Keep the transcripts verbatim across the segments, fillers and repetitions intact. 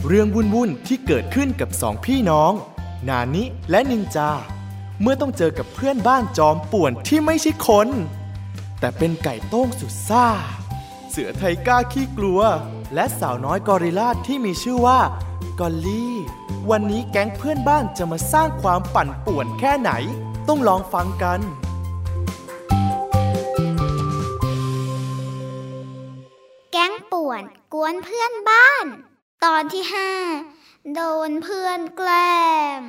เรื่องวุ่นๆที่เกิดขึ้นกับสองพี่น้องนานิและนินจาเมื่อต้องเจอกับเพื่อนบ้านจอมป่วนที่ไม่ใช่คนแต่เป็นไก่โต้งสุดซ่าเสือไทก้าขี้กลัวและสาวน้อยกอริลลาที่มีชื่อว่ากอลลี่วันนี้แก๊งเพื่อนบ้านจะมาสร้างความปั่นป่วนแค่ไหนต้องลองฟังกันแก๊งป่วนกวนเพื่อนบ้านตอนที่ห้าโดนเพื่อนแกล้ง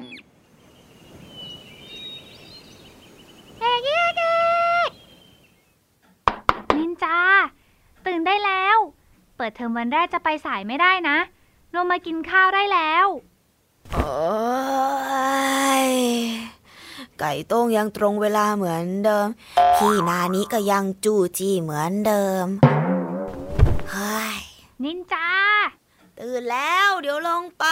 นินจาตื่นได้แล้วเปิดเทอมวันแรกจะไปสายไม่ได้นะลงมากินข้าวได้แล้วโอ้ยไก่โต้งยังตรงเวลาเหมือนเดิมพี่นานิก็ยังจู้จี้เหมือนเดิมเฮ้ยนินจาตื่นแล้วเดี๋ยวลงไป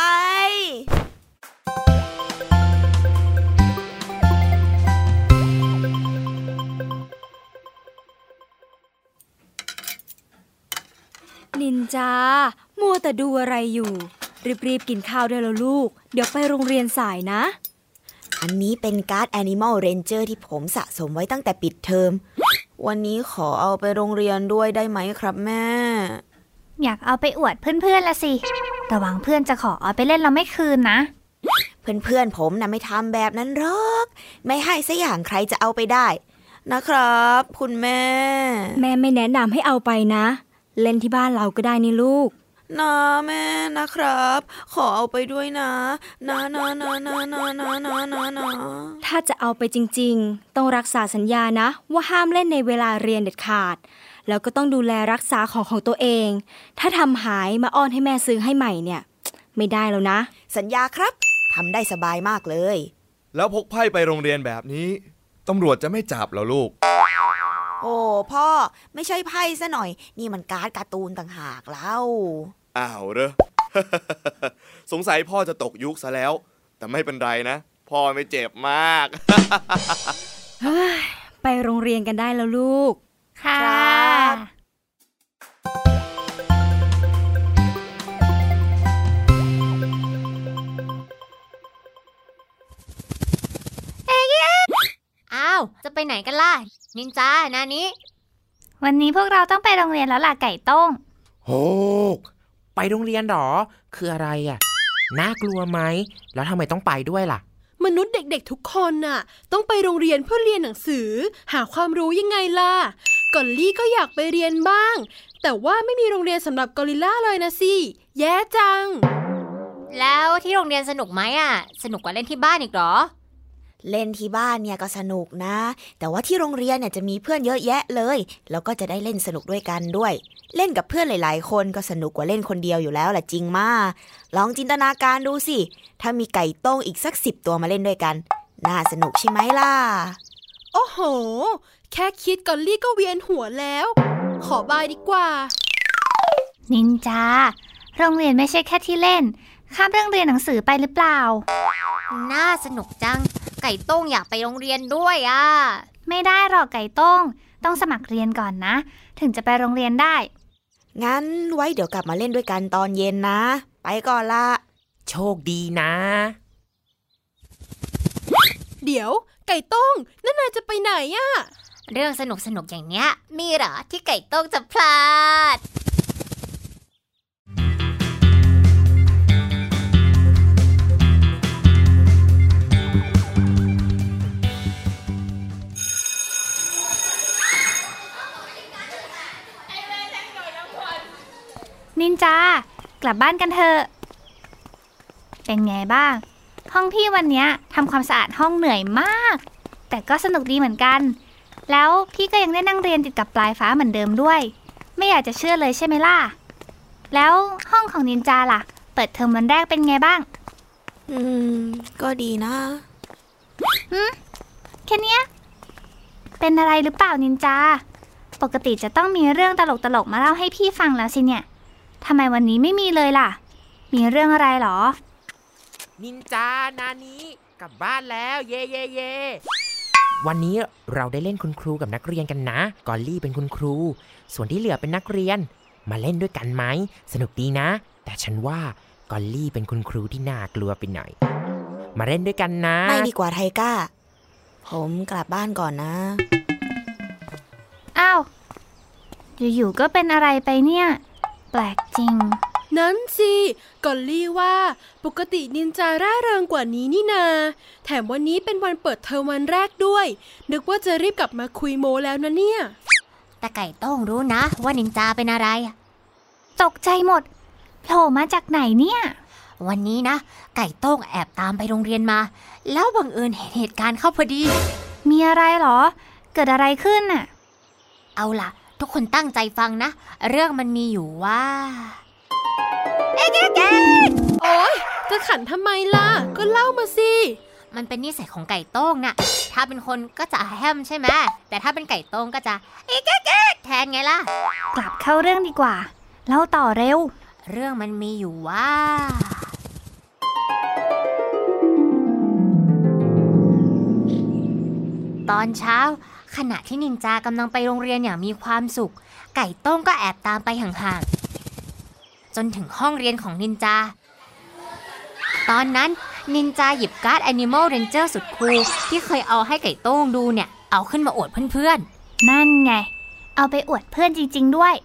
นินจามัวแต่ดูอะไรอยู่รีบๆกินข้าวได้แล้วลูกเดี๋ยวไปโรงเรียนสายนะอันนี้เป็นการ์ด Animal Ranger ที่ผมสะสมไว้ตั้งแต่ปิดเทอมวันนี้ขอเอาไปโรงเรียนด้วยได้ไหมครับแม่อยากเอาไปอวดเพื่อนๆละสิระวังเพื่อนจะขอเอาไปเล่นเราไม่คืนนะเพื่อนๆผมนะไม่ทำแบบนั้นหรอกไม่ให้สักอย่างใครจะเอาไปได้นะครับคุณแม่แม่ไม่แนะนำให้เอาไปนะเล่นที่บ้านเราก็ได้นี่ลูกนะแม่นะครับขอเอาไปด้วยนะนะนะนะนะนะนะนะนะนะถ้าจะเอาไปจริงๆต้องรักษาสัญญานะว่าห้ามเล่นในเวลาเรียนเด็ดขาดแล้วก็ต้องดูแลรักษาของของตัวเองถ้าทำหายมาอ้อนให้แม่ซื้อให้ใหม่เนี่ยไม่ได้แล้วนะสัญญาครับทำได้สบายมากเลยแล้วพกไพ่ไปโรงเรียนแบบนี้ตำรวจจะไม่จับเหรอลูกโอ้พ่อไม่ใช่ไพ่ซะหน่อยนี่มันการ์ดการ์ตูนต่างหากเล่าอ้าวเหรอ สงสัยพ่อจะตกยุคซะแล้วแต่ไม่เป็นไรนะพ่อไม่เจ็บมากไปโรงเรียนกันได้แล้วลูกค่ะอ้าวจะไปไหนกันล่ะนินจานานิวันนี้พวกเราต้องไปโรงเรียนแล้วล่ะไก่โต้งโอ้ไปโรงเรียนหรอคืออะไรอ่ะน่ากลัวไหมแล้วทำไมต้องไปด้วยล่ะมนุษย์เด็กๆทุกคนน่ะต้องไปโรงเรียนเพื่อเรียนหนังสือหาความรู้ยังไงล่ะกอลลี่ก็อยากไปเรียนบ้างแต่ว่าไม่มีโรงเรียนสำหรับกอริลลาเลยนะสิแย่จังแล้วที่โรงเรียนสนุกไหมอ่ะสนุกกว่าเล่นที่บ้านอีกหรอเล่นที่บ้านเนี่ยก็สนุกนะแต่ว่าที่โรงเรียนเนี่ยจะมีเพื่อนเยอะแยะเลยแล้วก็จะได้เล่นสนุกด้วยกันด้วยเล่นกับเพื่อนหลายๆคนก็สนุกกว่าเล่นคนเดียวอยู่แล้วแหละจริงมากลองจินตนาการดูสิถ้ามีไก่โต้งอีกสักสิบตัวมาเล่นด้วยกันน่าสนุกใช่ไหมล่ะโอ้โหแค่คิดกอลลี่ก็เวียนหัวแล้วขอบายดีกว่านินจาโรงเรียนไม่ใช่แค่ที่เล่นข้ามเรื่องเรียนหนังสือไปหรือเปล่าน่าสนุกจังไก่โต้งอยากไปโรงเรียนด้วยอ่ะไม่ได้หรอกไก่โต้งต้องสมัครเรียนก่อนนะถึงจะไปโรงเรียนได้งั้นไว้เดี๋ยวกลับมาเล่นด้วยกันตอนเย็นนะไปก่อนละโชคดีนะเดี๋ยวไก่โต้งนั่นนายจะไปไหนอ่ะเรื่องสนุกสนุกอย่างเนี้ยมีเหรอที่ไก่โต้งจะพลาดนินจากลับบ้านกันเถอะเป็นไงบ้างห้องพี่วันนี้ทำความสะอาดห้องเหนื่อยมากแต่ก็สนุกดีเหมือนกันแล้วพี่ก็ยังได้นั่งเรียนติดกับปลายฟ้าเหมือนเดิมด้วยไม่อยากจะเชื่อเลยใช่ไหมล่ะแล้วห้องของนินจาล่ะเปิดเทอมวันแรกเป็นไงบ้างอืมก็ดีนะหืมแค่เนี้ยเป็นอะไรหรือเปล่านินจาปกติจะต้องมีเรื่องตลกๆมาเล่าให้พี่ฟังแล้วสิเนี่ยทำไมวันนี้ไม่มีเลยล่ะมีเรื่องอะไรหรอนินจานานิกลับบ้านแล้วเย่เย่เย่วันนี้เราได้เล่นคุณครูกับนักเรียนกันนะกอลลี่เป็นคุณครูส่วนที่เหลือเป็นนักเรียนมาเล่นด้วยกันไหมสนุกดีนะแต่ฉันว่ากอลลี่เป็นคุณครูที่น่ากลัวไปหน่อยมาเล่นด้วยกันนะไม่ดีกว่าไทก้าผมกลับบ้านก่อนนะอ้าวอยู่ๆก็เป็นอะไรไปเนี่ยแปลกจริงนั้นสิกอลลี่ว่าปกตินินจาร่าเริงกว่านี้นี่นาแถมวันนี้เป็นวันเปิดเทอมวันแรกด้วยนึกว่าจะรีบกลับมาคุยโมแล้วนะเนี่ยแต่ไก่โต้งรู้นะว่านินจาเป็นอะไรตกใจหมดโผล่มาจากไหนเนี่ยวันนี้นะไก่โต้งแอบตามไปโรงเรียนมาแล้วบังเอิญเห็นเหตุการณ์เข้าพอดีมีอะไรหรอเกิดอะไรขึ้นน่ะเอาล่ะทุกคนตั้งใจฟังนะเรื่องมันมีอยู่ว่าเอ๊ะเอ๊ะโอ๊ยจะขันทำไมล่ะก็เล่ามาสิมันเป็นนิสัยของไก่โต้งน่ะถ้าเป็นคนก็จะแฮมใช่ไหมแต่ถ้าเป็นไก่โต้งก็จะเอ๊ะเอ๊ะแทนไงล่ะกลับเข้าเรื่องดีกว่าเล่าต่อเร็วเรื่องมันมีอยู่ว่าตอนเช้าขณะที่นินจากำลังไปโรงเรียนอย่างมีความสุขไก่โต้งก็แอบตามไปห่างๆจนถึงห้องเรียนของนินจาตอนนั้นนินจาหยิบการ์ด Animal Ranger สุดคูลที่เคยเอาให้ไก่โต้งดูเนี่ยเอาขึ้นมาอวดเพื่อนๆนั่นไงเอาไปอวดเพื่อนจริงๆด้วย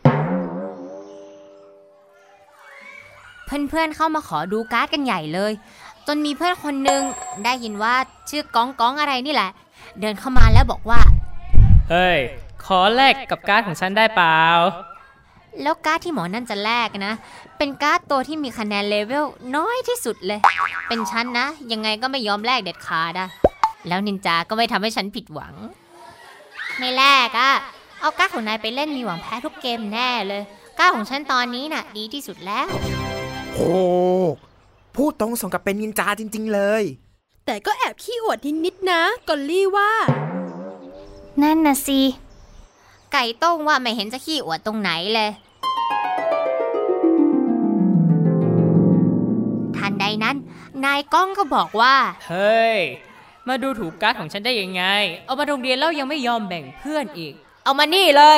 เพื่อนๆเข้ามาขอดูการ์ดกันใหญ่เลยจนมีเพื่อนคนนึงได้ยินว่าชื่อก้องก้องอะไรนี่แหละเดินเข้ามาแล้วบอกว่าเฮ้ยขอแลกกับการ์ดของฉันได้เปล่าแล้วการ์ดที่หมอนั่นจะแลกนะเป็นการ์ดตัวที่มีคะแนนเลเวลน้อยที่สุดเลยเป็นฉันนะยังไงก็ไม่ยอมแลกเด็ดขาดอะแล้วนินจาก็ไม่ทำให้ฉันผิดหวังไม่แลกอะเอาการ์ดของนายไปเล่นมีหวังแพ้ทุกเกมแน่เลยการ์ดของฉันตอนนี้น่ะดีที่สุดแล้วโอ้พูดตรงสมกับเป็นนินจาจริงๆเลยแต่ก็แอบขี้อวดนิดๆนะกอลลี่ว่านั่นน่ะสิไก่โต้งว่าไม่เห็นจะขี้อวดตรงไหนเลยทันใดนั้นนายก้องก็บอกว่าเฮ้ยมาดูถูกการ์ดของฉันได้ยังไงเอามาโรงเรียนแล้วยังไม่ยอมแบ่งเพื่อนอีกเอามานี่เลย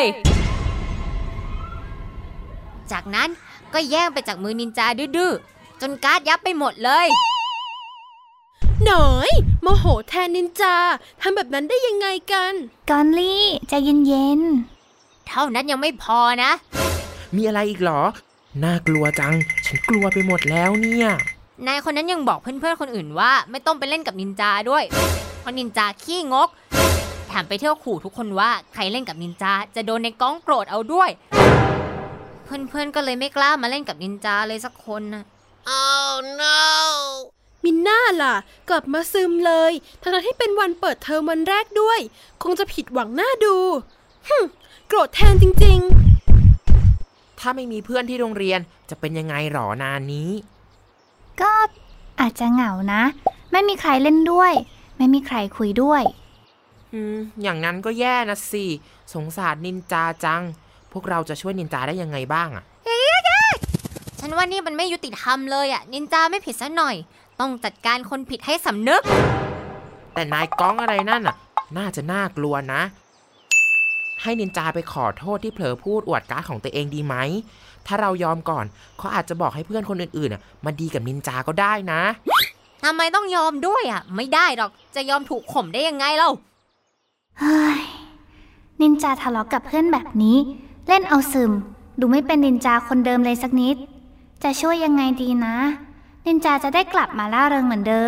จากนั้นก็แย่งไปจากมือนินจาดื้อๆจนการ์ดยับไปหมดเลยหน่อยโมโหแทนนินจาทำแบบนั้นได้ยังไงกันกอลลี่ใจเย็นๆเท่านั้นยังไม่พอนะมีอะไรอีกหรอน่ากลัวจังฉันกลัวไปหมดแล้วเนี่ยนายคนนั้นยังบอกเพื่อนๆคนอื่นว่าไม่ต้องไปเล่นกับนินจาด้วยเพราะนินจาขี้งกแถมไปเที่ยวขู่ทุกคนว่าใครเล่นกับนินจาจะโดนในก้องโกรธเอาด้วยเพื่อนๆก็เลยไม่กล้ามาเล่นกับนินจาเลยสักคนนะ Oh no มินน่าล่ะกลับมาซึมเลยทั้งที่เป็นวันเปิดเทอมวันแรกด้วยคงจะผิดหวังหน้าดูฮึโกรธแทนจริงๆถ้าไม่มีเพื่อนที่โรงเรียนจะเป็นยังไงหรอนานนี้ก็อาจจะเหงานะไม่มีใครเล่นด้วยไม่มีใครคุยด้วยอืมอย่างนั้นก็แย่นะสิสงสารนินจาจังพวกเราจะช่วยนินจาได้ยังไงบ้างอะฉันว่านี่มันไม่ยุติธรรมเลยอะนินจาไม่ผิดซะหน่อยต้องจัดการคนผิดให้สำนึกแต่นายก้องอะไรนั่นน่ะน่าจะน่ากลัวนะให้นินจาไปขอโทษที่เผลอพูดอวดการ์ดของตัวเองดีไหมถ้าเรายอมก่อนเขาอาจจะบอกให้เพื่อนคนอื่นๆมาดีกับนินจาก็ได้นะทำไมต้องยอมด้วยอ่ะไม่ได้หรอกจะยอมถูกข่มได้ยังไงเล่าเฮ้ยนินจาทะเลาะกับเพื่อนแบบนี้เล่นเอาซึมดูไม่เป็นนินจาคนเดิมเลยสักนิดจะช่วยยังไงดีนะนินจาจะได้กลับมาล่าเริงเหมือนเดิม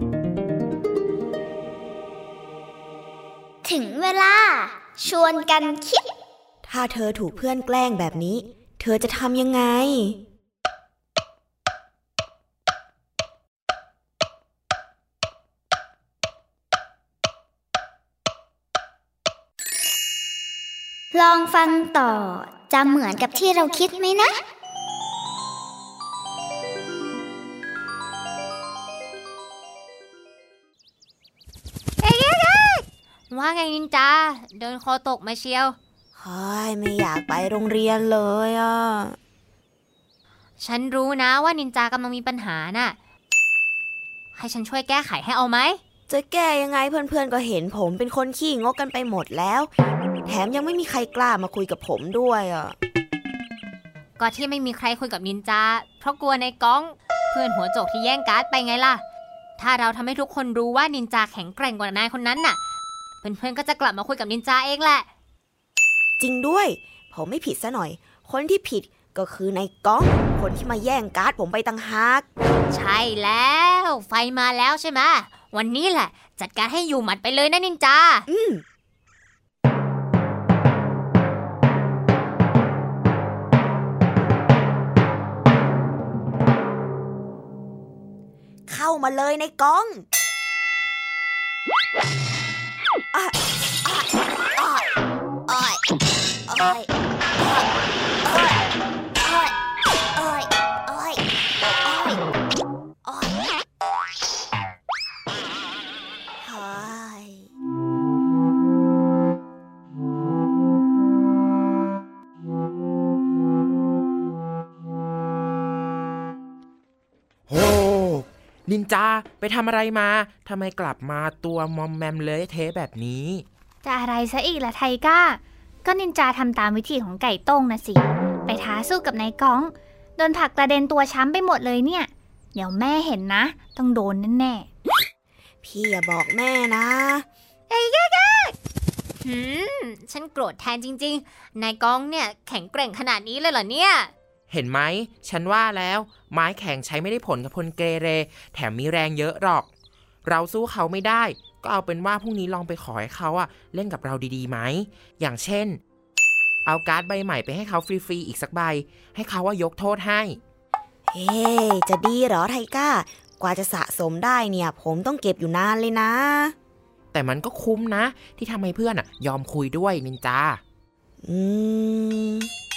ถึงเวลาชวนกันคิดถ้าเธอถูกเพื่อนแกล้งแบบนี้เธอจะทำยังไงลองฟังต่อจะเหมือนกับที่เราคิดไหมนะว่าไงนินจาเดินคอตกมาเชียวเฮ้ยไม่อยากไปโรงเรียนเลยอ่ะฉันรู้นะว่านินจากำลังมีปัญหาน่ะให้ฉันช่วยแก้ไขให้เอาไหมจะแก้ยังไงเพื่อนๆก็เห็นผมเป็นคนขี้งกกันไปหมดแล้วแถมยังไม่มีใครกล้ามาคุยกับผมด้วยอ่ะก็ที่ไม่มีใครคุยกับนินจาเพราะกลัวในก้องพื่อนหัวโจกที่แย่งการ์ดไปไงล่ะถ้าเราทำให้ทุกคนรู้ว่านินจาแข็งแกร่งกว่านายคนนั้นน่ะเพื่อนๆก็จะกลับมาคุยกับนินจาเองแหละจริงด้วยผมไม่ผิดซะหน่อยคนที่ผิดก็คือนายก้องคนที่มาแย่งการ์ดผมไปต่างหากใช่แล้วไฟมาแล้วใช่ไหมวันนี้แหละจัดการให้อยู่หมัดไปเลยนะนินจาอืมเข้ามาเลยนายก้องอ่ะอ่ะอ่ะอ่ะอ่ะนินจาไปทำอะไรมาทำไมกลับมาตัวมอมแมมเลยเทแบบนี้จะอะไรซะอีกล่ะไทก้าก็นินจาทำตามวิธีของไก่ต้งนะสิไปท้าสู้กับนายก้องโดนผลักกระเด็นตัวช้ำไปหมดเลยเนี่ยเดี๋ยวแม่เห็นนะต้องโดนแน่ๆพี่อย่าบอกแม่นะไอ้แก่ๆหืมฉันโกรธแทนจริงๆนายก้องเนี่ยแข็งแกร่งขนาดนี้เลยเหรอเนี่ยเห็นไหมฉันว่าแล้วไม้แข็งใช้ไม่ได้ผลกับคนเกเรแถมมีแรงเยอะหรอกเราสู้เขาไม่ได้ก็เอาเป็นว่าพรุ่งนี้ลองไปขอให้เขาอะเล่นกับเราดีๆไหมอย่างเช่นเอาการ์ดใบใหม่ไปให้เขาฟรีๆอีกสักใบให้เขาว่ายกโทษให้เฮ้จะดีเหรอไทก้ากว่าจะสะสมได้เนี่ยผมต้องเก็บอยู่นานเลยนะแต่มันก็คุ้มนะที่ทำให้เพื่อนอะยอมคุยด้วยนินจาอืม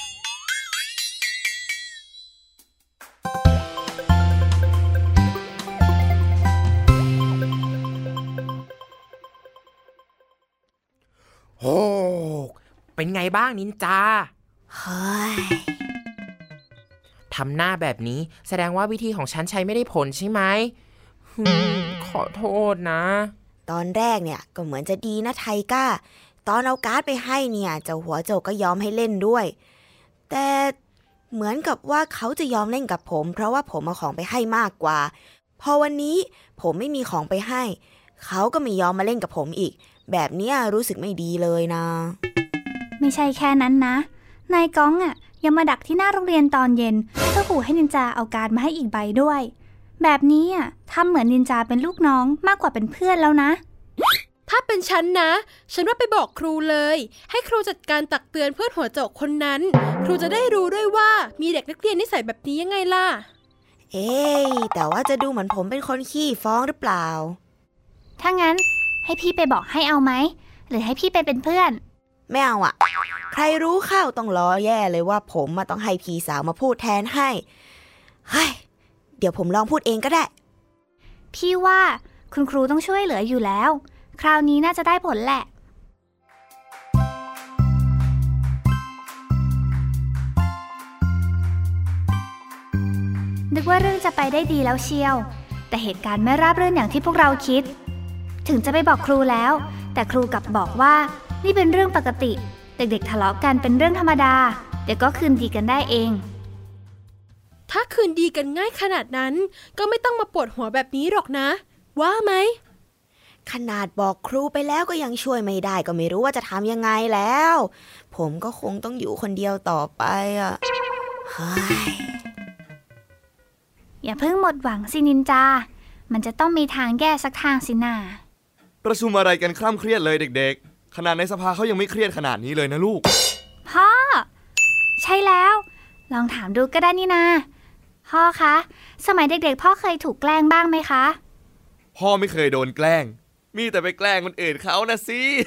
โอ้เป็นไงบ้างนินจาเฮ้ยทำหน้าแบบนี้แสดงว่าวิธีของฉันใช้ไม่ได้ผลใช่ไหมขอโทษนะตอนแรกเนี่ยก็เหมือนจะดีนะไทก้าตอนเอาการ์ดไปให้เนี่ยเจ้าหัวโจกก็ยอมให้เล่นด้วยแต่เหมือนกับว่าเขาจะยอมเล่นกับผมเพราะว่าผมเอาของไปให้มากกว่าพอวันนี้ผมไม่มีของไปให้เขาก็ไม่ยอมมาเล่นกับผมอีกแบบนี้รู้สึกไม่ดีเลยนะไม่ใช่แค่นั้นนะนายก้องอ่ะยังมาดักที่หน้าโรงเรียนตอนเย็นเพื่อขู่ให้นินจาเอาการ์ดมาให้อีกใบด้วยแบบนี้อ่ะทำเหมือนนินจาเป็นลูกน้องมากกว่าเป็นเพื่อนแล้วนะถ้าเป็นฉันนะฉันว่าไปบอกครูเลยให้ครูจัดการตักเตือนเพื่อนหัวโจกคนนั้นครูจะได้รู้ด้วยว่ามีเด็กนักเรียนนิสัยแบบนี้ยังไงล่ะเอ๊ะแต่ว่าจะดูเหมือนผมเป็นคนขี้ฟ้องหรือเปล่าถ้างั้นให้พี่ไปบอกให้เอาไหมหรือให้พี่ไปเป็นเพื่อนไม่เอาอ่ะใครรู้เข้าต้องล้อแย่เลยว่าผมมาต้องให้พี่สาวมาพูดแทนให้เฮ้ยเดี๋ยวผมลองพูดเองก็ได้พี่ว่าคุณครูต้องช่วยเหลืออยู่แล้วคราวนี้น่าจะได้ผลแหละนึกว่าเรื่องจะไปได้ดีแล้วเชียวแต่เหตุการณ์ไม่ราบรื่นอย่างที่พวกเราคิดถึงจะไปบอกครูแล้วแต่ครูกลับบอกว่านี่เป็นเรื่องปกติเด็กๆทะเลาะกันเป็นเรื่องธรรมดาเดี๋ยวก็คืนดีกันได้เองถ้าคืนดีกันง่ายขนาดนั้นก็ไม่ต้องมาปวดหัวแบบนี้หรอกนะว่าไหมขนาดบอกครูไปแล้วก็ยังช่วยไม่ได้ก็ไม่รู้ว่าจะทำยังไงแล้วผมก็คงต้องอยู่คนเดียวต่อไปอ่ะเฮ้ยอย่าเพิ่งหมดหวังสินินจามันจะต้องมีทางแก้สักทางสินาประชุมอะไรกันคร่ำเครียดเลยเด็กๆขนาดในสภาเขายังไม่เครียดขนาดนี้เลยนะลูกพ่อใช่แล้วลองถามดูก็ได้นี่นาพ่อคะสมัยเด็กๆพ่อเคยถูกแกล้งบ้างไหมคะพ่อไม่เคยโดนแกล้งมีแต่ไปแกล้งคนอื่นเขานะสิ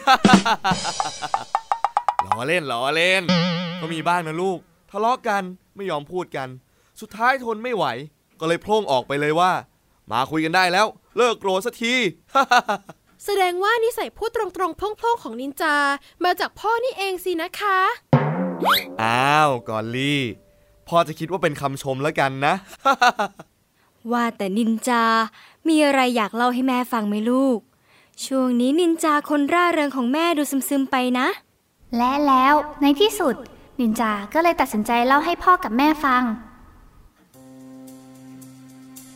ล้อเล่นล้อเล่นก็มีบ้างนะลูกทะเลาะกันไม่ยอมพูดกันสุดท้ายทนไม่ไหวก็เลยโพล่งออกไปเลยว่ามาคุยกันได้แล้วเลิกโกรธสักทีแสดงว่านิสัยพูดตรงๆโพล่งๆของนินจามาจากพ่อนี่เองสินะคะอ้าวกอลลี่พ่อจะคิดว่าเป็นคำชมแล้วกันนะว่าแต่นินจามีอะไรอยากเล่าให้แม่ฟังไหมลูกช่วงนี้นินจาคนร่าเริงของแม่ดูซึมๆไปนะและแล้วในที่สุดนินจาก็เลยตัดสินใจเล่าให้พ่อกับแม่ฟัง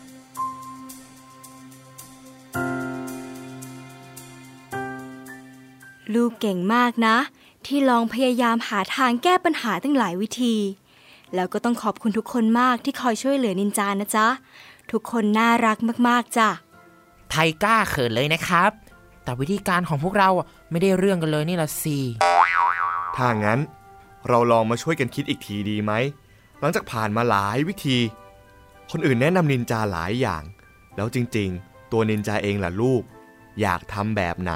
ลูกเก่งมากนะที่ลองพยายามหาทางแก้ปัญหาตั้งหลายวิธีแล้วก็ต้องขอบคุณทุกคนมากที่คอยช่วยเหลือนินจานะจ๊ะทุกคนน่ารักมากๆจ้ะไทก้าเขินเลยนะครับแต่วิธีการของพวกเราไม่ได้เรื่องกันเลยนี่ละสิถ้างั้นเราลองมาช่วยกันคิดอีกทีดีไหมหลังจากผ่านมาหลายวิธีคนอื่นแนะนำนินจาหลายอย่างแล้วจริงๆตัวนินจาเองล่ะลูกอยากทำแบบไหน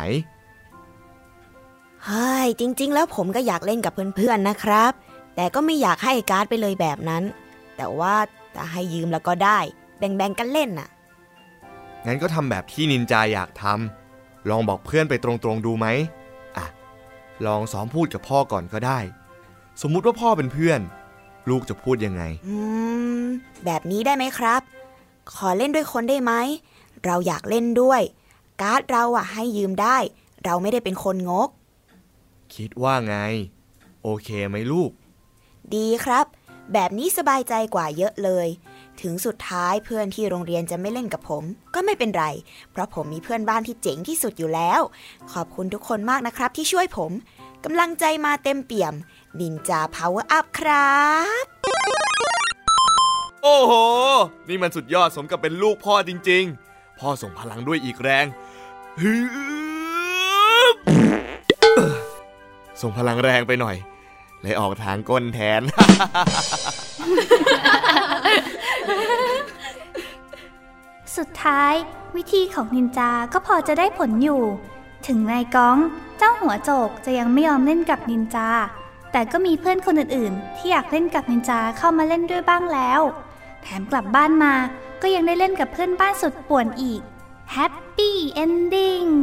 เฮ้ยจริงๆแล้วผมก็อยากเล่นกับเพื่อนๆนะครับแต่ก็ไม่อยากให้การ์ดไปเลยแบบนั้นแต่ว่าถ้าให้ยืมแล้วก็ได้แบ่งๆกันเล่นน่ะงั้นก็ทำแบบที่นินจาอยากทำลองบอกเพื่อนไปตรงๆดูไหมอ่ะลองซ้อมพูดกับพ่อก่อนก็ได้สมมุติว่าพ่อเป็นเพื่อนลูกจะพูดยังไงอืมแบบนี้ได้ไหมครับขอเล่นด้วยคนได้ไหมเราอยากเล่นด้วยการ์ดเราอ่ะให้ยืมได้เราไม่ได้เป็นคนงกคิดว่าไงโอเคไหมลูกดีครับแบบนี้สบายใจกว่าเยอะเลยถึงสุดท้ายเพื่อนที่โรงเรียนจะไม่เล่นกับผมก็ไม่เป็นไรเพราะผมมีเพื่อนบ้านที่เจ๋งที่สุดอยู่แล้วขอบคุณทุกคนมากนะครับที่ช่วยผมกำลังใจมาเต็มเปี่ยมนินจาพาวเวอร์อัพครับโอ้โหนี่มันสุดยอดสมกับเป็นลูกพ่อจริงๆพ่อส่งพลังด้วยอีกแรงฮึบส่งพลังแรงไปหน่อยเลยออกทางก้นแทนสุดท้ายวิธีของนินจาก็พอจะได้ผลอยู่ถึงนายก้องเจ้าหัวโจกจะยังไม่ยอมเล่นกับนินจาแต่ก็มีเพื่อนคนอื่นๆที่อยากเล่นกับนินจาเข้ามาเล่นด้วยบ้างแล้วแถมกลับบ้านมาก็ยังได้เล่นกับเพื่อนบ้านสุดป่วนอีกแฮปปี้เอนดิ้ง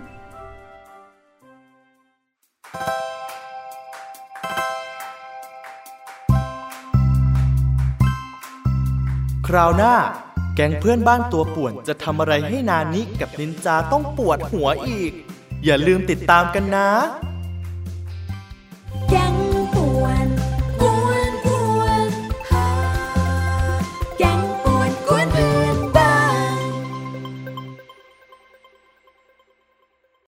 คราวหน้าแก๊งเพื่อนบ้านตัวป่วนจะทำอะไรให้นานิกับนินจาต้องปวดหัวอีกอย่าลืมติดตามกันนะ